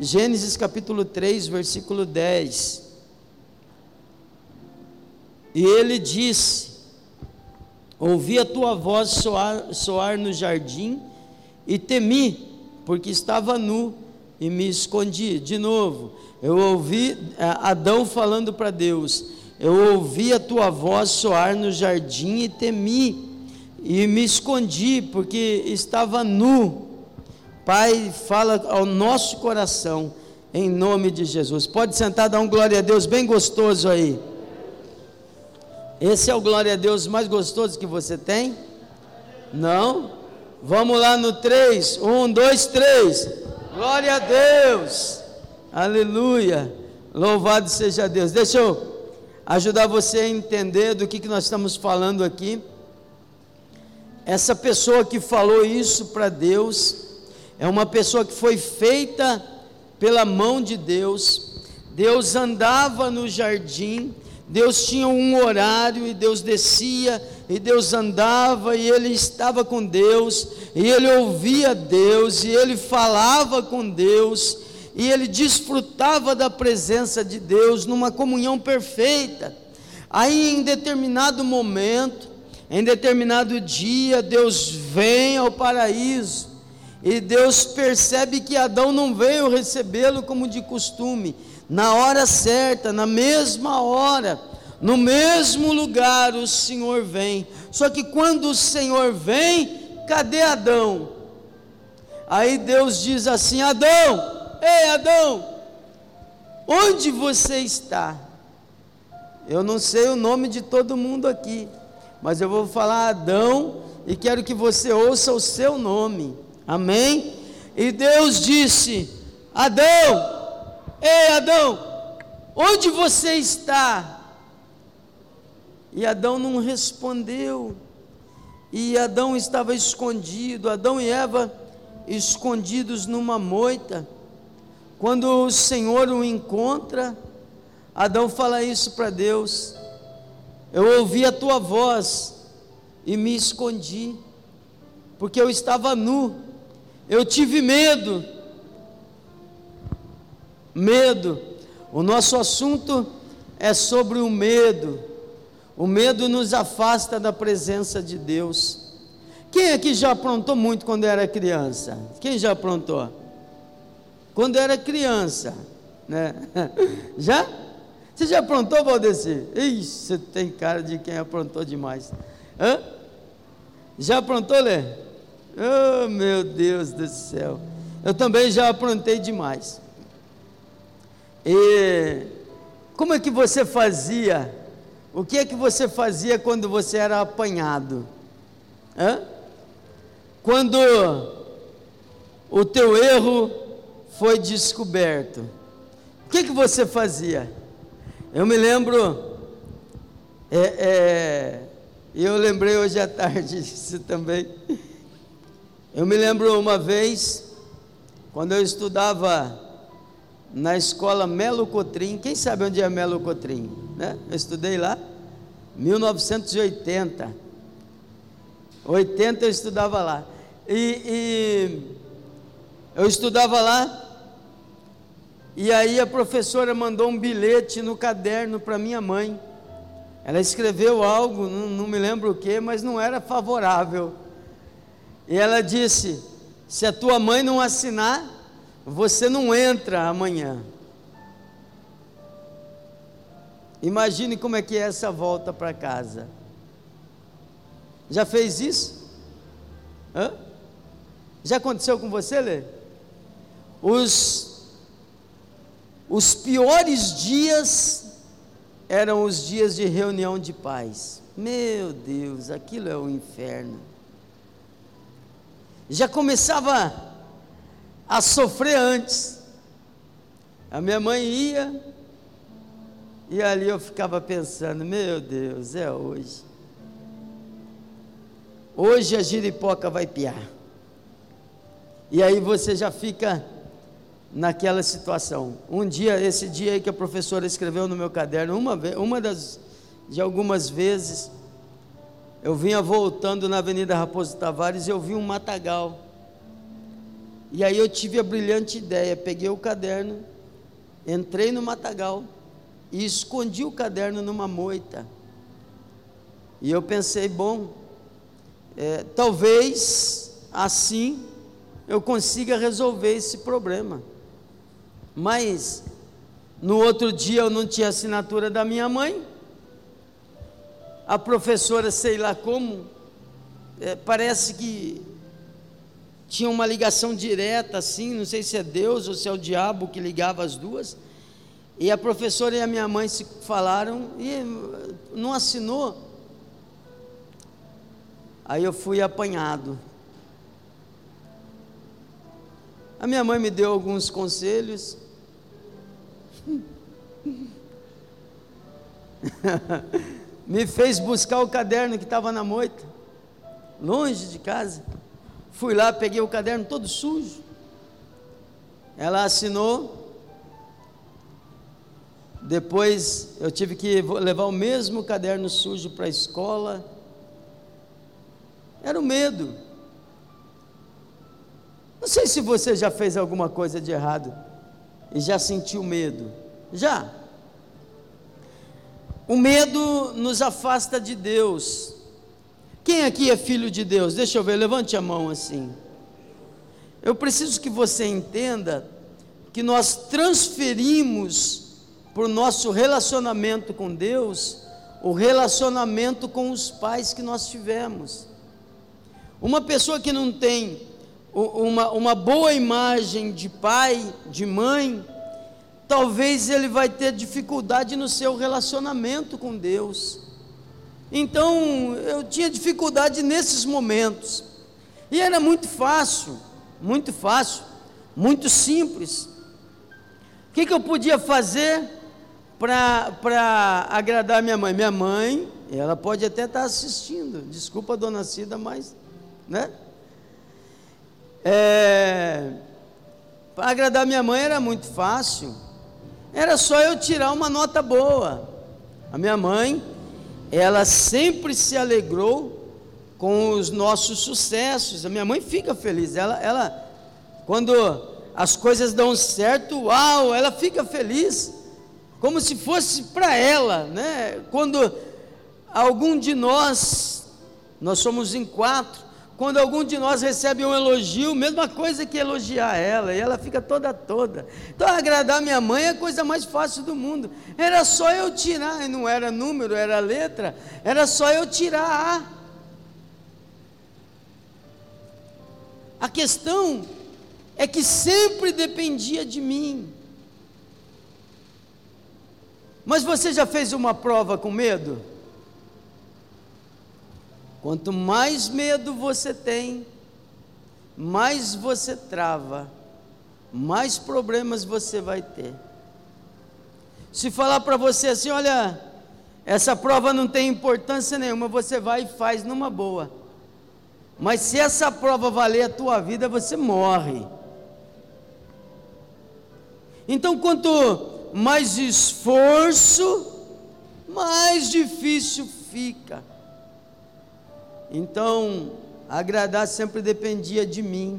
Gênesis capítulo 3, versículo 10. E ele disse: ouvi a tua voz soar no jardim, e temi, porque estava nu, e me escondi. De novo, eu ouvi Adão falando para Deus: eu ouvi a tua voz soar no jardim e temi, e me escondi, porque estava nu. Pai, fala ao nosso coração, em nome de Jesus. Pode sentar, dar um glória a Deus bem gostoso aí. Esse é o glória a Deus mais gostoso que você tem? Não? Vamos lá no 3, 1, 2, 3, glória a Deus, aleluia, louvado seja Deus. Deixa eu ajudar você a entender do que nós estamos falando aqui. Essa pessoa que falou isso para Deus, é uma pessoa que foi feita pela mão de Deus. Deus andava no jardim, Deus tinha um horário, e Deus descia, e Deus andava, e ele estava com Deus, e ele ouvia Deus, e ele falava com Deus, e ele desfrutava da presença de Deus, numa comunhão perfeita. Aí em determinado momento, em determinado dia, Deus vem ao paraíso, e Deus percebe que Adão não veio recebê-lo como de costume. Na hora certa, na mesma hora, no mesmo lugar, o Senhor vem. Só que quando o Senhor vem, cadê Adão? Aí Deus diz assim: Adão, ei Adão, onde você está? Eu não sei o nome de todo mundo aqui, mas eu vou falar Adão, e quero que você ouça o seu nome, amém? E Deus disse: Adão, ei Adão, onde você está? E Adão não respondeu, e Adão estava escondido, Adão e Eva escondidos numa moita. Quando o Senhor o encontra, Adão fala isso para Deus: eu ouvi a tua voz e me escondi, porque eu estava nu, eu tive medo. Medo, o nosso assunto é sobre o medo. O medo nos afasta da presença de Deus. Quem aqui já aprontou muito quando era criança? Quem já aprontou? Quando era criança, né? Já? Você já aprontou, Valdeci? Ixi, você tem cara de quem aprontou demais. Hã? Já aprontou, Lê? Oh, meu Deus do céu. Eu também já aprontei demais. E como é que você fazia? O que é que você fazia quando você era apanhado? Quando o teu erro foi descoberto, o que é que você fazia? Eu me lembro, eu lembrei hoje à tarde disso também. Eu me lembro uma vez, quando eu estudava na escola Melo Cotrim. Quem sabe onde é Melo Cotrim, né? Eu estudei lá, 1980, eu estudava lá, e eu estudava lá, e aí a professora mandou um bilhete no caderno para minha mãe. Ela escreveu algo, não me lembro o que, mas não era favorável, e ela disse: se a tua mãe não assinar, você não entra amanhã. Imagine como é que é essa volta para casa. Já fez isso? Já aconteceu com você, Lê? Os piores dias eram os dias de reunião de pais. Meu Deus, aquilo é o inferno. Já começava a sofrer antes. A minha mãe ia, e ali eu ficava pensando: meu Deus, é hoje. Hoje a giripoca vai piar. E aí você já fica naquela situação. Um dia, esse dia aí que a professora escreveu no meu caderno, de algumas vezes, eu vinha voltando na Avenida Raposo Tavares, e eu vi um matagal. E aí eu tive a brilhante ideia, peguei o caderno, entrei no matagal e escondi o caderno numa moita. E eu pensei, bom, talvez assim eu consiga resolver esse problema. Mas no outro dia eu não tinha assinatura da minha mãe. A professora, sei lá como, parece que tinha uma ligação direta assim, não sei se é Deus ou se é o diabo que ligava as duas. E a professora e a minha mãe se falaram e não assinou. Aí eu fui apanhado. A minha mãe me deu alguns conselhos. Me fez buscar o caderno que estava na moita, longe de casa. Fui lá, peguei o caderno todo sujo. Ela assinou. Depois eu tive que levar o mesmo caderno sujo para a escola. Era o medo. Não sei se você já fez alguma coisa de errado e já sentiu medo. Já. O medo nos afasta de Deus. Quem aqui é filho de Deus? Deixa eu ver, levante a mão assim. Eu preciso que você entenda que nós transferimos para o nosso relacionamento com Deus o relacionamento com os pais que nós tivemos. Uma pessoa que não tem uma boa imagem de pai, de mãe, talvez ele vai ter dificuldade no seu relacionamento com Deus. Então eu tinha dificuldade nesses momentos, e era muito fácil, muito simples. O que eu podia fazer para agradar minha mãe? Minha mãe, ela pode até estar assistindo, desculpa dona Cida, mas, né? Para agradar minha mãe era muito fácil, era só eu tirar uma nota boa. A minha mãe, ela sempre se alegrou com os nossos sucessos. A minha mãe fica feliz, ela quando as coisas dão certo, uau, ela fica feliz, como se fosse para ela, né? Quando algum de nós somos em 4, quando algum de nós recebe um elogio, mesma coisa que elogiar ela, e ela fica toda. Então agradar minha mãe é a coisa mais fácil do mundo. Era só eu tirar, e não era número, era letra, era só eu tirar A questão é que sempre dependia de mim. Mas você já fez uma prova com medo? Quanto mais medo você tem, mais você trava, mais problemas você vai ter. Se falar para você assim, olha, essa prova não tem importância nenhuma, você vai e faz numa boa. Mas se essa prova valer a tua vida, você morre. Então, quanto mais esforço, mais difícil fica. Então, agradar sempre dependia de mim.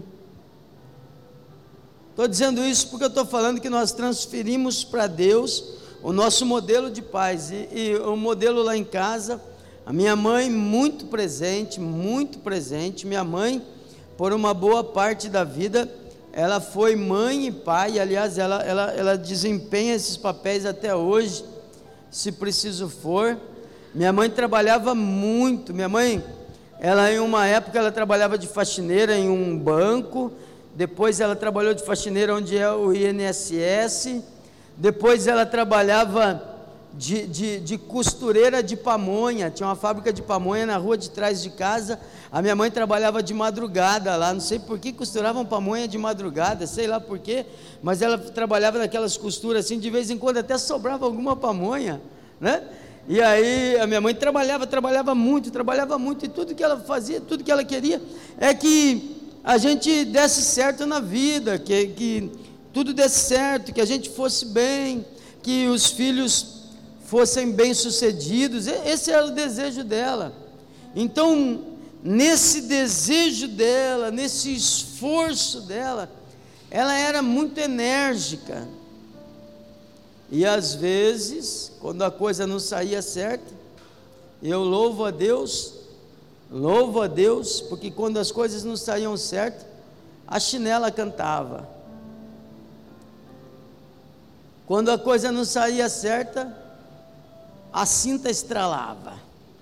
Estou dizendo isso porque eu estou falando que nós transferimos para Deus o nosso modelo de paz. E o modelo lá em casa, a minha mãe muito presente. Minha mãe, por uma boa parte da vida, ela foi mãe e pai. Aliás, ela desempenha esses papéis até hoje, se preciso for. Minha mãe trabalhava muito. Minha mãe, em uma época, ela trabalhava de faxineira em um banco. Depois ela trabalhou de faxineira onde é o INSS. Depois ela trabalhava de costureira de pamonha. Tinha uma fábrica de pamonha na rua de trás de casa. A minha mãe trabalhava de madrugada lá. Não sei por que costuravam pamonha de madrugada, sei lá por quê, mas ela trabalhava naquelas costuras assim. De vez em quando até sobrava alguma pamonha, né? E aí a minha mãe trabalhava muito, e tudo que ela fazia, tudo que ela queria é que a gente desse certo na vida, que tudo desse certo, que a gente fosse bem, que os filhos fossem bem-sucedidos. Esse era o desejo dela. Então, nesse desejo dela, nesse esforço dela, ela era muito enérgica, e às vezes, quando a coisa não saía certa, eu louvo a Deus, porque quando as coisas não saíam certas, a chinela cantava. Quando a coisa não saía certa, a cinta estralava.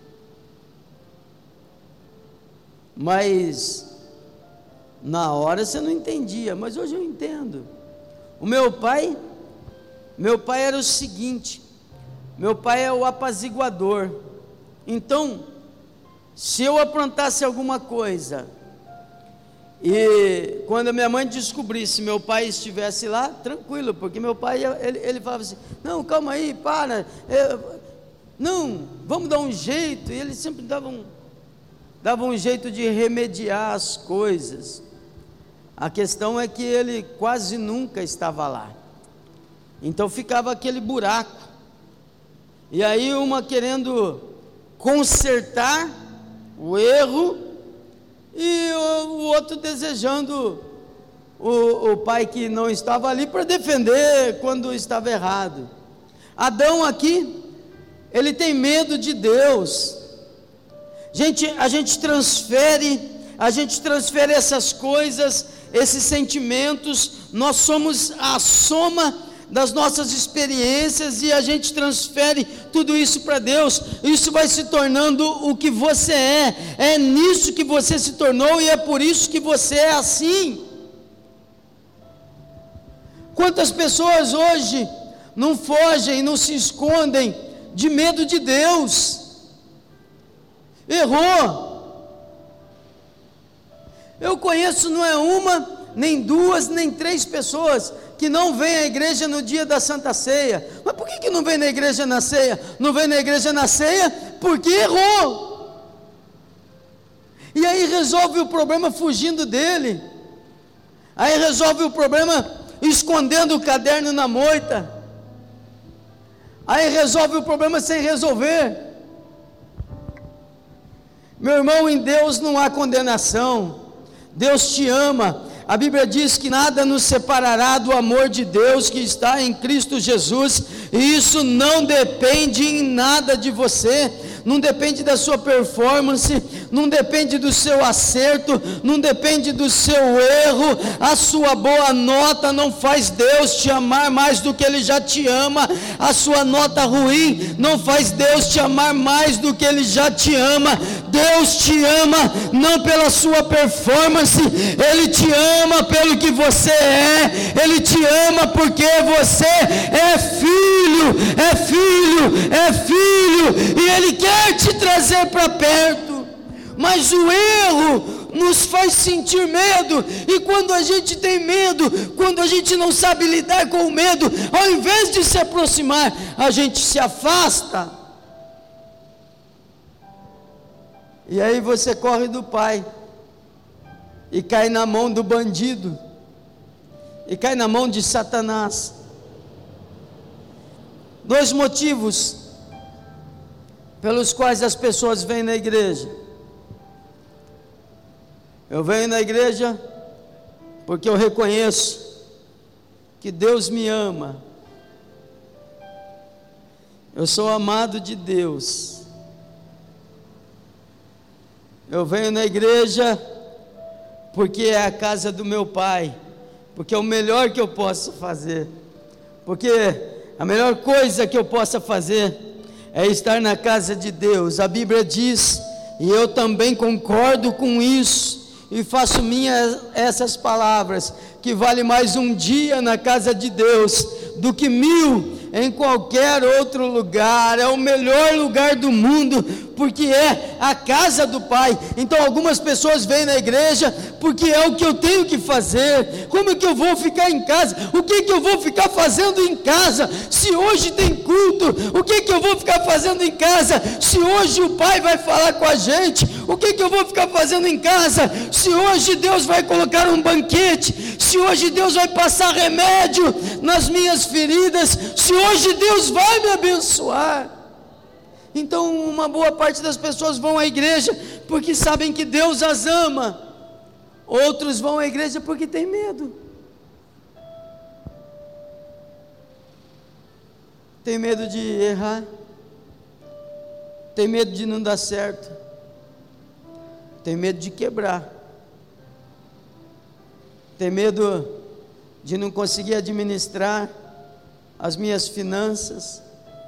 Mas na hora você não entendia, mas hoje eu entendo. O meu pai era o seguinte: meu pai é o apaziguador. Então, se eu aprontasse alguma coisa, e quando a minha mãe descobrisse, meu pai estivesse lá, tranquilo, porque meu pai, ele falava assim: não, calma aí, para, não, vamos dar um jeito. E ele sempre dava um jeito de remediar as coisas. A questão é que ele quase nunca estava lá, então ficava aquele buraco, e aí uma querendo consertar o erro, e o outro desejando o pai que não estava ali para defender quando estava errado. Adão aqui, ele tem medo de Deus. A gente transfere essas coisas, esses sentimentos. Nós somos a soma das nossas experiências, e a gente transfere tudo isso para Deus. Isso vai se tornando o que você é nisso que você se tornou, e é por isso que você é assim. Quantas pessoas hoje não fogem, não se escondem de medo de Deus? Errou. Eu conheço não é uma, nem duas, nem três pessoas que não vêm à igreja no dia da Santa Ceia. Mas por que não vem na igreja na ceia? Não vem na igreja na ceia porque errou, e aí resolve o problema fugindo dele, aí resolve o problema escondendo o caderno na moita, aí resolve o problema sem resolver. Meu irmão, em Deus não há condenação. Deus te ama. A Bíblia diz que nada nos separará do amor de Deus que está em Cristo Jesus, e isso não depende em nada de você, não depende da sua performance, não depende do seu acerto, não depende do seu erro. A sua boa nota não faz Deus te amar mais do que Ele já te ama. A sua nota ruim não faz Deus te amar mais do que Ele já te ama. Deus te ama não pela sua performance, Ele te ama pelo que você é. Ele te ama porque você é filho, e Ele quer te trazer para perto. Mas o erro nos faz sentir medo, e quando a gente tem medo, quando a gente não sabe lidar com o medo, ao invés de se aproximar, a gente se afasta. E aí você corre do pai e cai na mão do bandido, e cai na mão de Satanás. Dois motivos pelos quais as pessoas vêm na igreja. Eu venho na igreja porque eu reconheço que Deus me ama. Eu sou amado de Deus. Eu venho na igreja porque é a casa do meu pai, porque é o melhor que eu posso fazer, porque a melhor coisa que eu possa fazer é estar na casa de Deus. A Bíblia diz, e eu também concordo com isso, e faço minhas essas palavras, que vale mais um dia na casa de Deus do que 1000 em qualquer outro lugar. É o melhor lugar do mundo, porque é a casa do Pai. Então algumas pessoas vêm na igreja porque é o que eu tenho que fazer. Como é que eu vou ficar em casa? O que eu vou ficar fazendo em casa? Se hoje tem culto, o que eu vou ficar fazendo em casa? Se hoje o Pai vai falar com a gente, o que eu vou ficar fazendo em casa? Se hoje Deus vai colocar um banquete, se hoje Deus vai passar remédio nas minhas feridas, se hoje Deus vai me abençoar. Então uma boa parte das pessoas vão à igreja porque sabem que Deus as ama. Outros vão à igreja porque tem medo. Tem medo de errar? Tem medo de não dar certo? Tem medo de quebrar? Tem medo de não conseguir administrar as minhas finanças?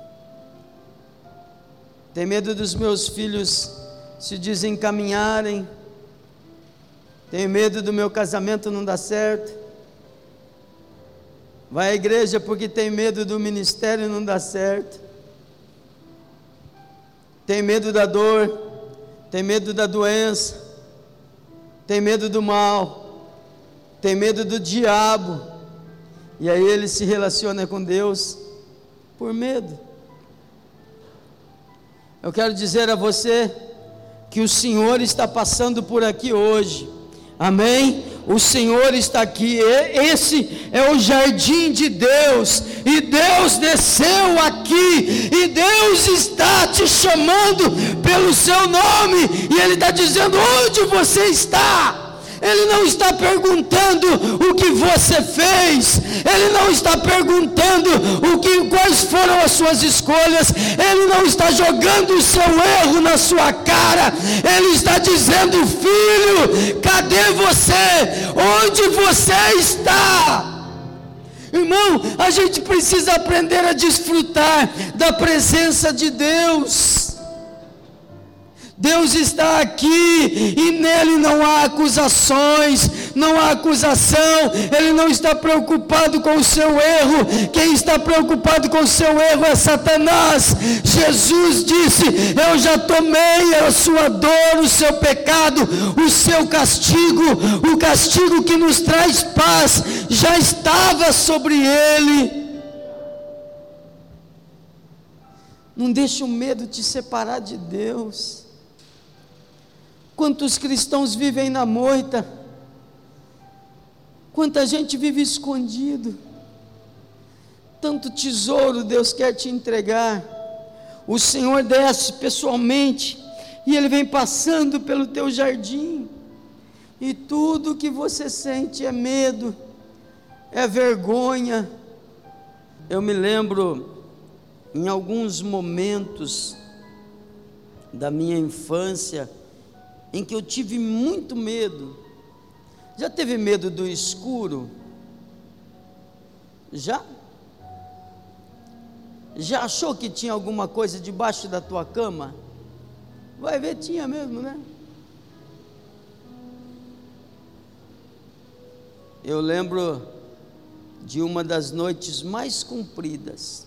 Tem medo dos meus filhos se desencaminharem? Tenho medo do meu casamento não dar certo? Vai à igreja porque tem medo do ministério não dar certo? Tem medo da dor? Tem medo da doença? Tem medo do mal? Tem medo do diabo? E aí ele se relaciona com Deus por medo. Eu quero dizer a você que o Senhor está passando por aqui hoje, amém? O Senhor está aqui, esse é o jardim de Deus, e Deus desceu aqui, e Deus está te chamando pelo seu nome, e Ele está dizendo: onde você está? Ele não está perguntando o que você fez, Ele não está perguntando quais foram as suas escolhas, Ele não está jogando o seu erro na sua cara, Ele está dizendo: filho, cadê você? Onde você está? Irmão, a gente precisa aprender a desfrutar da presença de Deus. Deus está aqui e nele não há acusações, não há acusação. Ele não está preocupado com o seu erro. Quem está preocupado com o seu erro é Satanás. Jesus disse: eu já tomei a sua dor, o seu pecado, o seu castigo, o castigo que nos traz paz já estava sobre ele. Não deixe o medo te separar de Deus. Quantos cristãos vivem na moita? Quanta gente vive escondido? Tanto tesouro Deus quer te entregar. O Senhor desce pessoalmente e Ele vem passando pelo teu jardim, e tudo que você sente é medo, é vergonha. Eu me lembro em alguns momentos da minha infância em que eu tive muito medo. Já teve medo do escuro? Já achou que tinha alguma coisa debaixo da tua cama? Vai ver, tinha mesmo, né? Eu lembro de uma das noites mais compridas.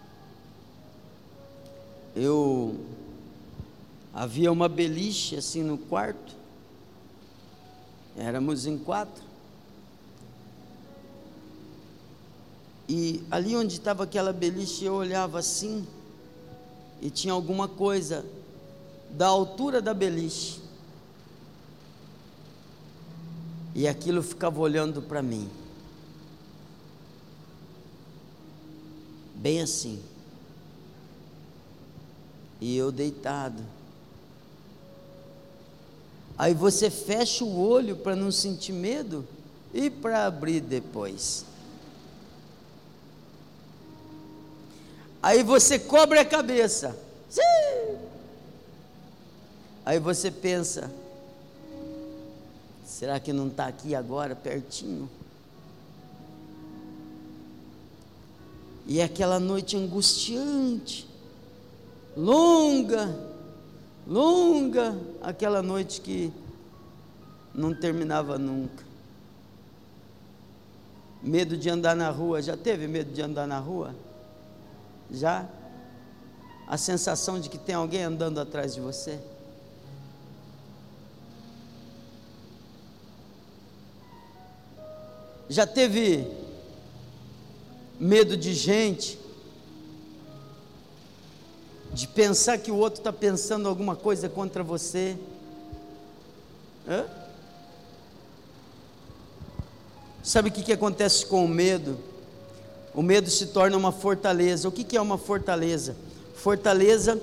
Havia uma beliche assim no quarto, éramos em 4, e ali onde estava aquela beliche eu olhava assim, e tinha alguma coisa da altura da beliche, e aquilo ficava olhando para mim, bem assim, e eu deitado. Aí você fecha o olho para não sentir medo e para abrir depois. Aí você cobre a cabeça. Aí você pensa: será que não está aqui agora, pertinho? E é aquela noite angustiante, longa, aquela noite que não terminava nunca. Medo de andar na rua. Já teve medo de andar na rua? Já? A sensação de que tem alguém andando atrás de você? Já teve medo de gente? De pensar que o outro está pensando alguma coisa contra você? Sabe o que acontece com o medo? O medo se torna uma fortaleza. O que é uma fortaleza? Fortaleza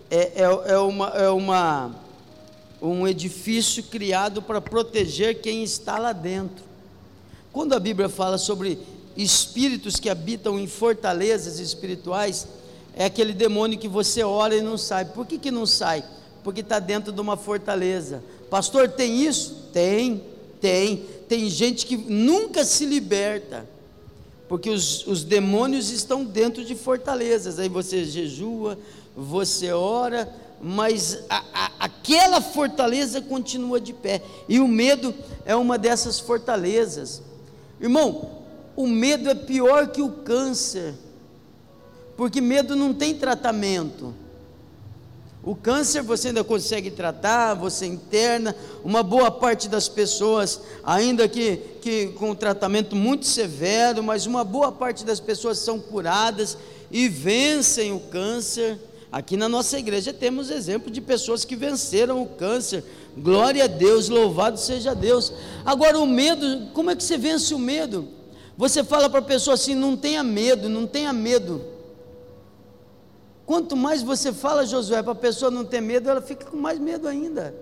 um edifício criado para proteger quem está lá dentro. Quando a Bíblia fala sobre espíritos que habitam em fortalezas espirituais é aquele demônio que você ora e não sai. Por que não sai? Porque está dentro de uma fortaleza. Pastor, tem isso? Tem gente que nunca se liberta, porque os demônios estão dentro de fortalezas. Aí você jejua, você ora, mas aquela fortaleza continua de pé, e o medo é uma dessas fortalezas. Irmão, o medo é pior que o câncer, porque medo não tem tratamento. O câncer você ainda consegue tratar, você interna, uma boa parte das pessoas, ainda que com um tratamento muito severo, mas uma boa parte das pessoas são curadas e vencem o câncer. Aqui na nossa igreja temos exemplo de pessoas que venceram o câncer, glória a Deus, louvado seja Deus. Agora o medo, como é que você vence o medo? Você fala para a pessoa assim, não tenha medo, não tenha medo. Quanto mais você fala, Josué, para a pessoa não ter medo, ela fica com mais medo ainda.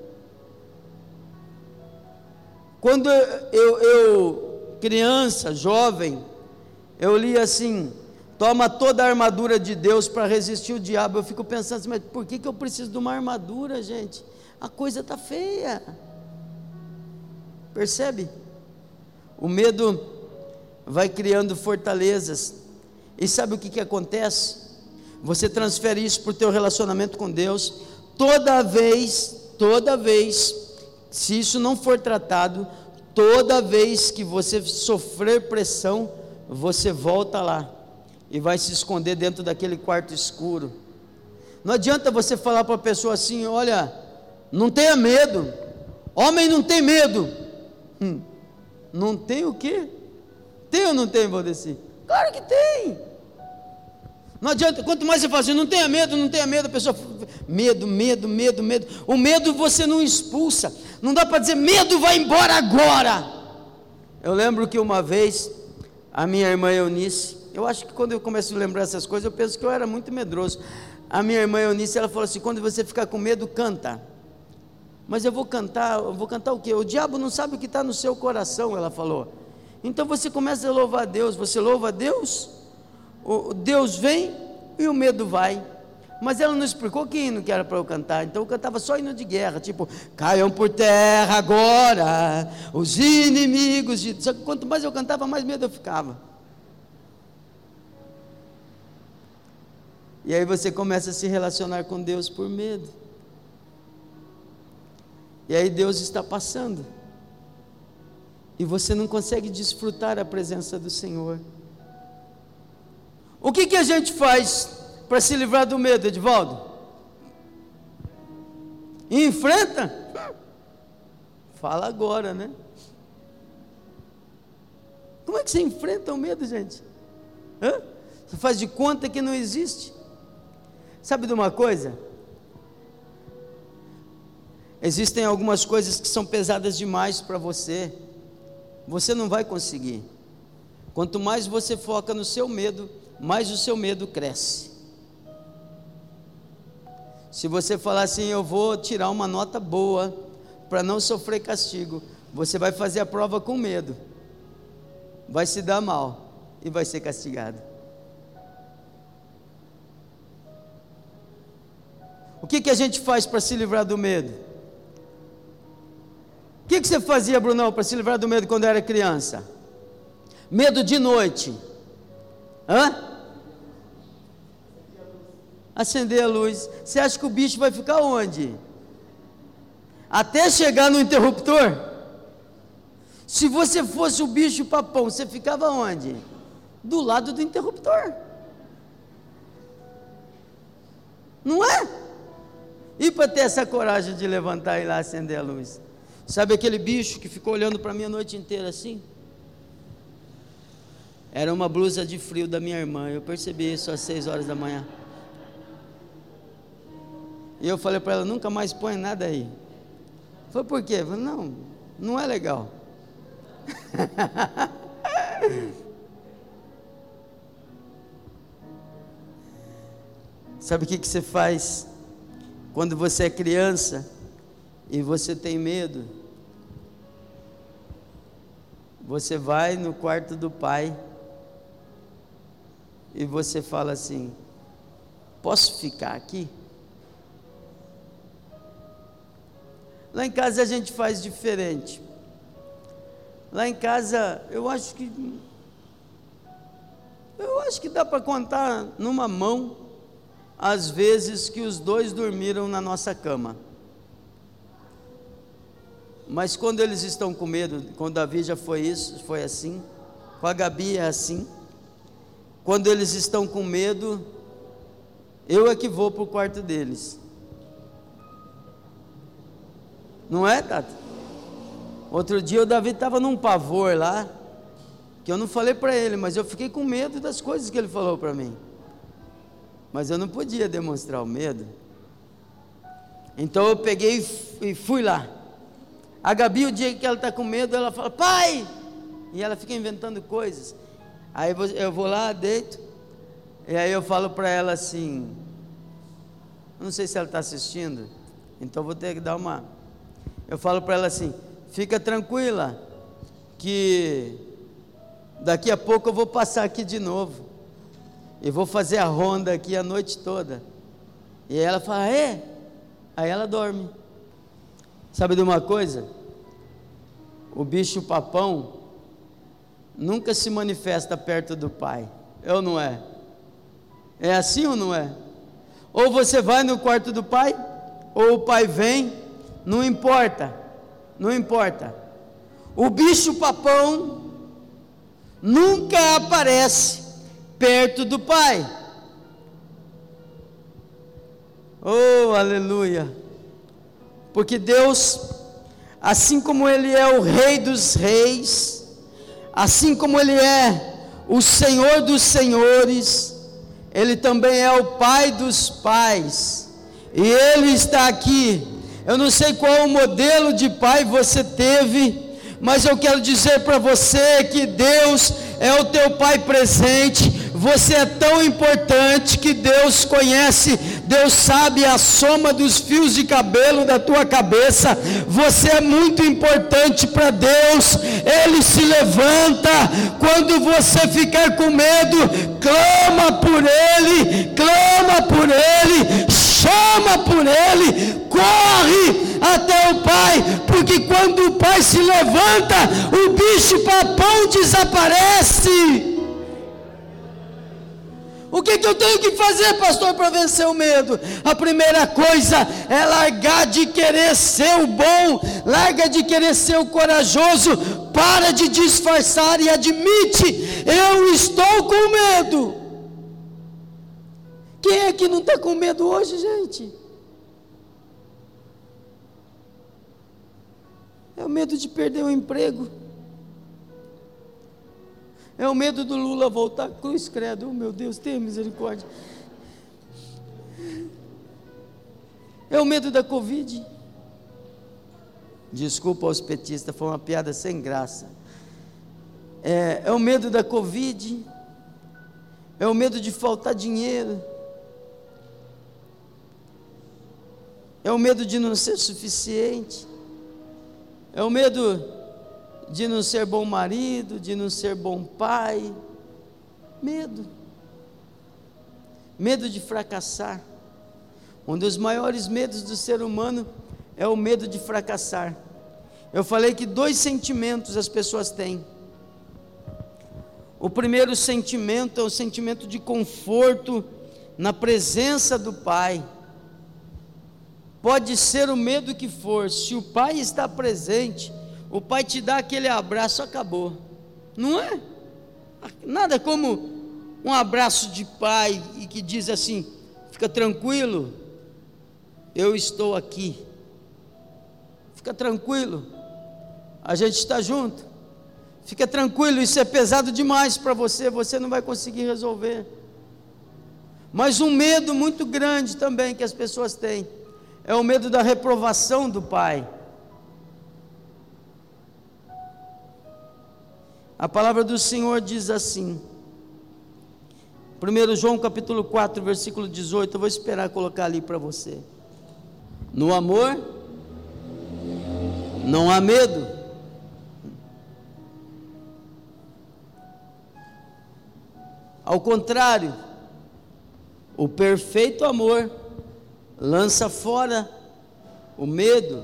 Quando eu criança, jovem, eu li assim, toma toda a armadura de Deus para resistir o diabo. Eu fico pensando assim, mas por que eu preciso de uma armadura, gente? A coisa está feia. Percebe? O medo vai criando fortalezas. E sabe o que acontece? Você transfere isso para o teu relacionamento com Deus. Toda vez, se isso não for tratado, toda vez que você sofrer pressão, você volta lá e vai se esconder dentro daquele quarto escuro. Não adianta você falar para a pessoa assim, olha, não tenha medo, homem não tem medo. Não tem o quê? Tem ou não tem, Valdeci? Claro que tem. Não adianta, quanto mais você fala assim, não tenha medo, a pessoa, medo. O medo você não expulsa, não dá para dizer, medo vai embora agora. Eu lembro que uma vez, a minha irmã Eunice, eu acho que quando eu começo a lembrar essas coisas, eu penso que eu era muito medroso. A minha irmã Eunice, ela falou assim, quando você ficar com medo, canta. Mas eu vou cantar o quê? O diabo não sabe o que está no seu coração, ela falou. Então você começa a louvar a Deus, você louva a Deus, Deus vem e o medo vai. Mas ela não explicou que hino que era para eu cantar. Então eu cantava só hino de guerra, tipo, caiam por terra agora os inimigos de... Só que quanto mais eu cantava, mais medo eu ficava. E aí você começa a se relacionar com Deus por medo. E aí Deus está passando, e você não consegue desfrutar a presença do Senhor. O que a gente faz para se livrar do medo, Edivaldo? Enfrenta? Fala agora, né? Como é que você enfrenta o medo, gente? Você faz de conta que não existe? Sabe de uma coisa? Existem algumas coisas que são pesadas demais para você. Você não vai conseguir. Quanto mais você foca no seu medo, mais o seu medo cresce. Se você falar assim, eu vou tirar uma nota boa para não sofrer castigo, você vai fazer a prova com medo, vai se dar mal e vai ser castigado. O que a gente faz para se livrar do medo? O que você fazia, Brunão, para se livrar do medo quando era criança? Medo de noite. Acender a luz. Você acha que o bicho vai ficar onde? Até chegar no interruptor? Se você fosse o bicho papão, você ficava onde? Do lado do interruptor. Não é? E para ter essa coragem de levantar e ir lá acender a luz? Sabe aquele bicho que ficou olhando para mim a noite inteira assim? Era uma blusa de frio da minha irmã. Eu percebi isso às 6 horas da manhã. E eu falei para ela, nunca mais põe nada aí. Falei, por quê? Falei, não é legal. Sabe o que você faz quando você é criança e você tem medo? Você vai no quarto do pai e você fala assim: posso ficar aqui? Lá em casa a gente faz diferente. Lá em casa eu acho que dá para contar numa mão as vezes que os dois dormiram na nossa cama. Mas quando eles estão com medo, com o Davi já foi isso, foi assim, com a Gabi é assim. Quando eles estão com medo, eu é que vou para o quarto deles. Não é, Tata? Outro dia o Davi estava num pavor lá, que eu não falei para ele, mas eu fiquei com medo das coisas que ele falou para mim. Mas eu não podia demonstrar o medo. Então eu peguei e fui lá. A Gabi, o dia que ela está com medo, ela fala: pai! E ela fica inventando coisas. Aí eu vou lá, deito, e aí eu falo para ela assim, não sei se ela está assistindo, então vou ter que dar uma... Eu falo para ela assim: fica tranquila, que daqui a pouco eu vou passar aqui de novo, e vou fazer a ronda aqui a noite toda. E aí ela fala: é? Aí ela dorme. Sabe de uma coisa? O bicho papão nunca se manifesta perto do pai, é ou não é? É assim ou não é? Ou você vai no quarto do pai, ou o pai vem, não importa, não importa. O bicho papão nunca aparece perto do pai. Oh, aleluia! Porque Deus, assim como Ele é o Rei dos Reis, assim como Ele é o Senhor dos Senhores, Ele também é o Pai dos pais, e Ele está aqui. Eu não sei qual o modelo de pai você teve, mas eu quero dizer para você que Deus é o teu Pai presente. Você é tão importante que Deus conhece, Deus sabe a soma dos fios de cabelo da tua cabeça. Você é muito importante para Deus. Ele se levanta quando você ficar com medo. Clama por Ele, chama por Ele, corre até o Pai, porque quando o Pai se levanta, o bicho papão desaparece. O que eu tenho que fazer, pastor, para vencer o medo? A primeira coisa é largar de querer ser o bom, larga de querer ser o corajoso, para de disfarçar e admite: eu estou com medo. Quem é que não está com medo hoje, gente? É o medo de perder o emprego. É o medo do Lula voltar. Cruz credo, oh, meu Deus, tenha misericórdia. É o medo da Covid. Desculpa aos petistas, foi uma piada sem graça. É o medo da Covid. É o medo de faltar dinheiro. É o medo de não ser suficiente. É o medo de não ser bom marido, de não ser bom pai. Medo de fracassar. Um dos maiores medos do ser humano é o medo de fracassar. Eu falei que 2 sentimentos as pessoas têm. O primeiro sentimento é o sentimento de conforto na presença do Pai. Pode ser o medo que for, se o Pai está presente, o Pai te dá aquele abraço, acabou. Não é? Nada como um abraço de pai e que diz assim: fica tranquilo, eu estou aqui. Fica tranquilo, a gente está junto. Fica tranquilo, isso é pesado demais para você, você não vai conseguir resolver. Mas um medo muito grande também que as pessoas têm é o medo da reprovação do Pai. A palavra do Senhor diz assim, 1 João capítulo 4, versículo 18, eu vou esperar colocar ali para você. No amor, não há medo. Ao contrário, o perfeito amor lança fora o medo,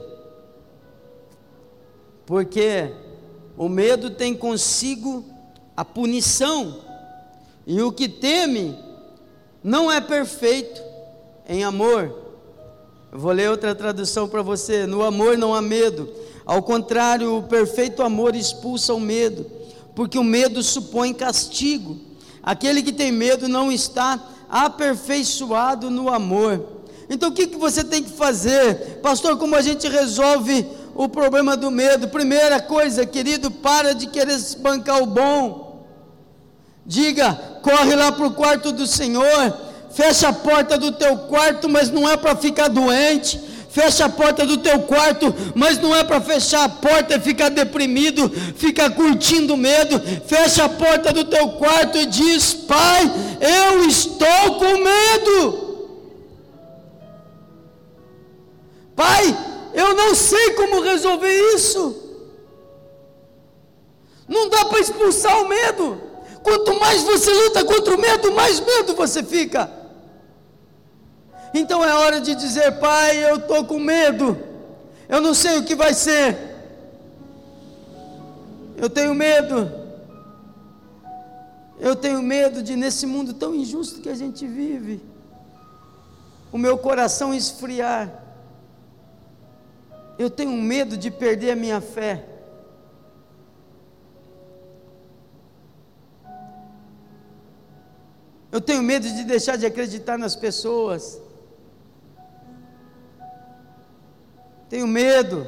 porque o medo tem consigo a punição, e o que teme não é perfeito em amor. Eu vou ler outra tradução para você: no amor não há medo, ao contrário, o perfeito amor expulsa o medo, porque o medo supõe castigo. Aquele que tem medo não está aperfeiçoado no amor. Então o que você tem que fazer? Pastor, como a gente resolve o problema do medo? Primeira coisa, querido, para de querer bancar o bom. Diga, corre lá para o quarto do Senhor, fecha a porta do teu quarto, mas não é para ficar doente. Fecha a porta do teu quarto, mas não é para fechar a porta e ficar deprimido, ficar curtindo medo. Fecha a porta do teu quarto e diz: Pai, eu estou com medo. Pai, eu não sei como resolver isso. Não dá para expulsar o medo. Quanto mais você luta contra o medo, mais medo você fica. Então é hora de dizer: Pai, eu estou com medo, eu não sei o que vai ser, eu tenho medo de, nesse mundo tão injusto que a gente vive, o meu coração esfriar, eu tenho medo de perder a minha fé. Eu tenho medo de deixar de acreditar nas pessoas. Tenho medo.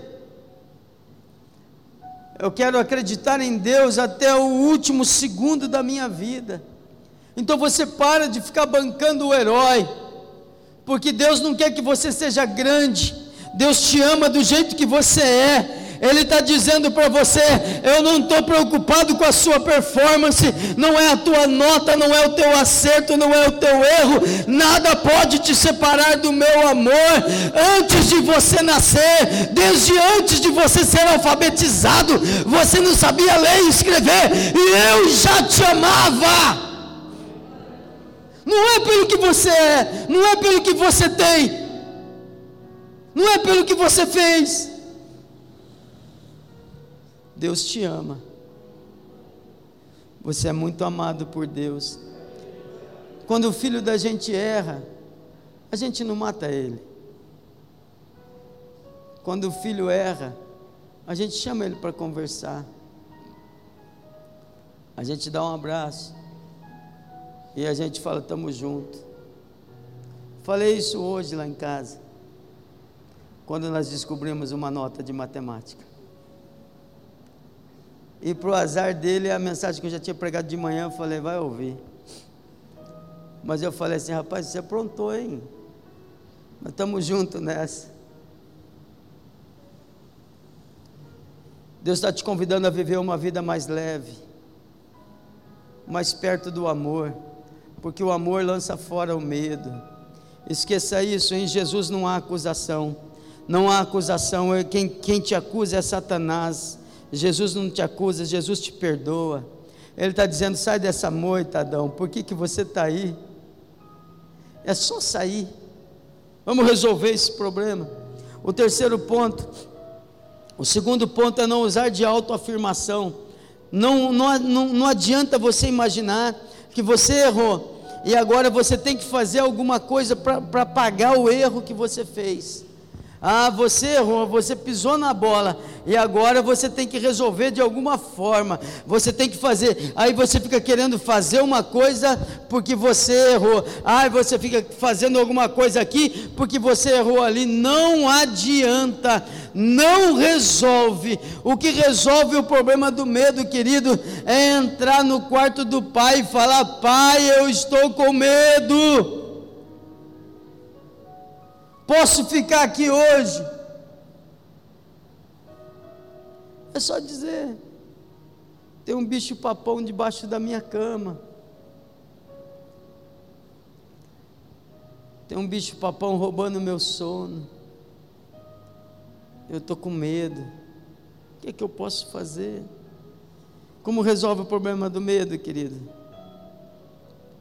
Eu quero acreditar em Deus até o último segundo da minha vida. Então você para de ficar bancando o herói, porque Deus não quer que você seja grande. Deus te ama do jeito que você é. Ele está dizendo para você: eu não estou preocupado com a sua performance, não é a tua nota, não é o teu acerto, não é o teu erro, nada pode te separar do meu amor. Antes de você nascer, desde antes de você ser alfabetizado, você não sabia ler e escrever, e eu já te amava. Não é pelo que você é, não é pelo que você tem, não é pelo que você fez. Deus te ama. Você é muito amado por Deus. Quando o filho da gente erra, a gente não mata ele. Quando o filho erra, a gente chama ele para conversar. A gente dá um abraço e a gente fala: estamos juntos. Falei isso hoje lá em casa, quando nós descobrimos uma nota de matemática. E para o azar dele, a mensagem que eu já tinha pregado de manhã, eu falei: vai ouvir. Mas eu falei assim: rapaz, você aprontou, hein? Nós estamos juntos nessa. Deus está te convidando a viver uma vida mais leve, mais perto do amor, porque o amor lança fora o medo. Esqueça isso, em Jesus não há acusação. Não há acusação, quem te acusa é Satanás. Jesus não te acusa, Jesus te perdoa. Ele está dizendo: sai dessa moita, Adão, por que você está aí? É só sair, vamos resolver esse problema. O terceiro ponto, o segundo ponto é não usar de autoafirmação. Não adianta você imaginar que você errou, e agora você tem que fazer alguma coisa para pagar o erro que você fez. Ah, você errou, você pisou na bola, e agora você tem que resolver de alguma forma, você tem que fazer, aí você fica querendo fazer uma coisa porque você errou, aí você fica fazendo alguma coisa aqui porque você errou ali. Não adianta, não resolve. O que resolve o problema do medo, querido, é entrar no quarto do Pai e falar: Pai, eu estou com medo. Posso ficar aqui hoje? É só dizer: tem um bicho-papão debaixo da minha cama. Tem um bicho-papão roubando o meu sono. Eu estou com medo. O que é que eu posso fazer? Como resolve o problema do medo, querido?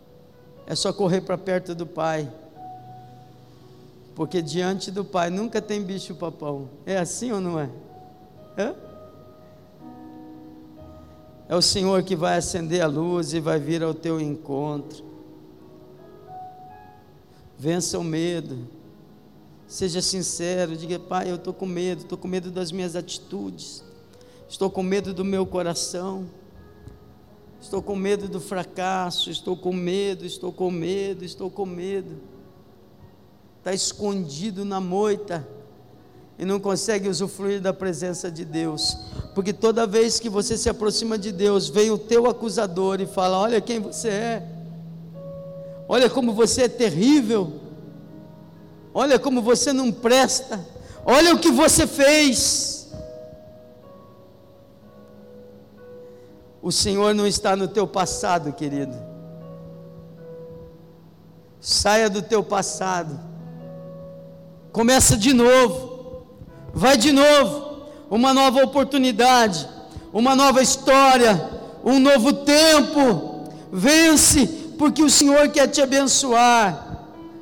é só correr para perto do Pai, porque diante do Pai nunca tem bicho papão. É assim ou não é? É o Senhor que vai acender a luz e vai vir ao teu encontro. Vença o medo, seja sincero, diga: Pai, eu estou com medo das minhas atitudes, estou com medo do meu coração, estou com medo do fracasso, estou com medo. Está escondido na moita e não consegue usufruir da presença de Deus, porque toda vez que você se aproxima de Deus, vem o teu acusador e fala: olha quem você é, olha como você é terrível, olha como você não presta, olha o que você fez. O Senhor não está no teu passado, querido. Saia do teu passado, começa de novo, vai de novo, uma nova oportunidade, uma nova história, um novo tempo. Vence, porque o Senhor quer te abençoar.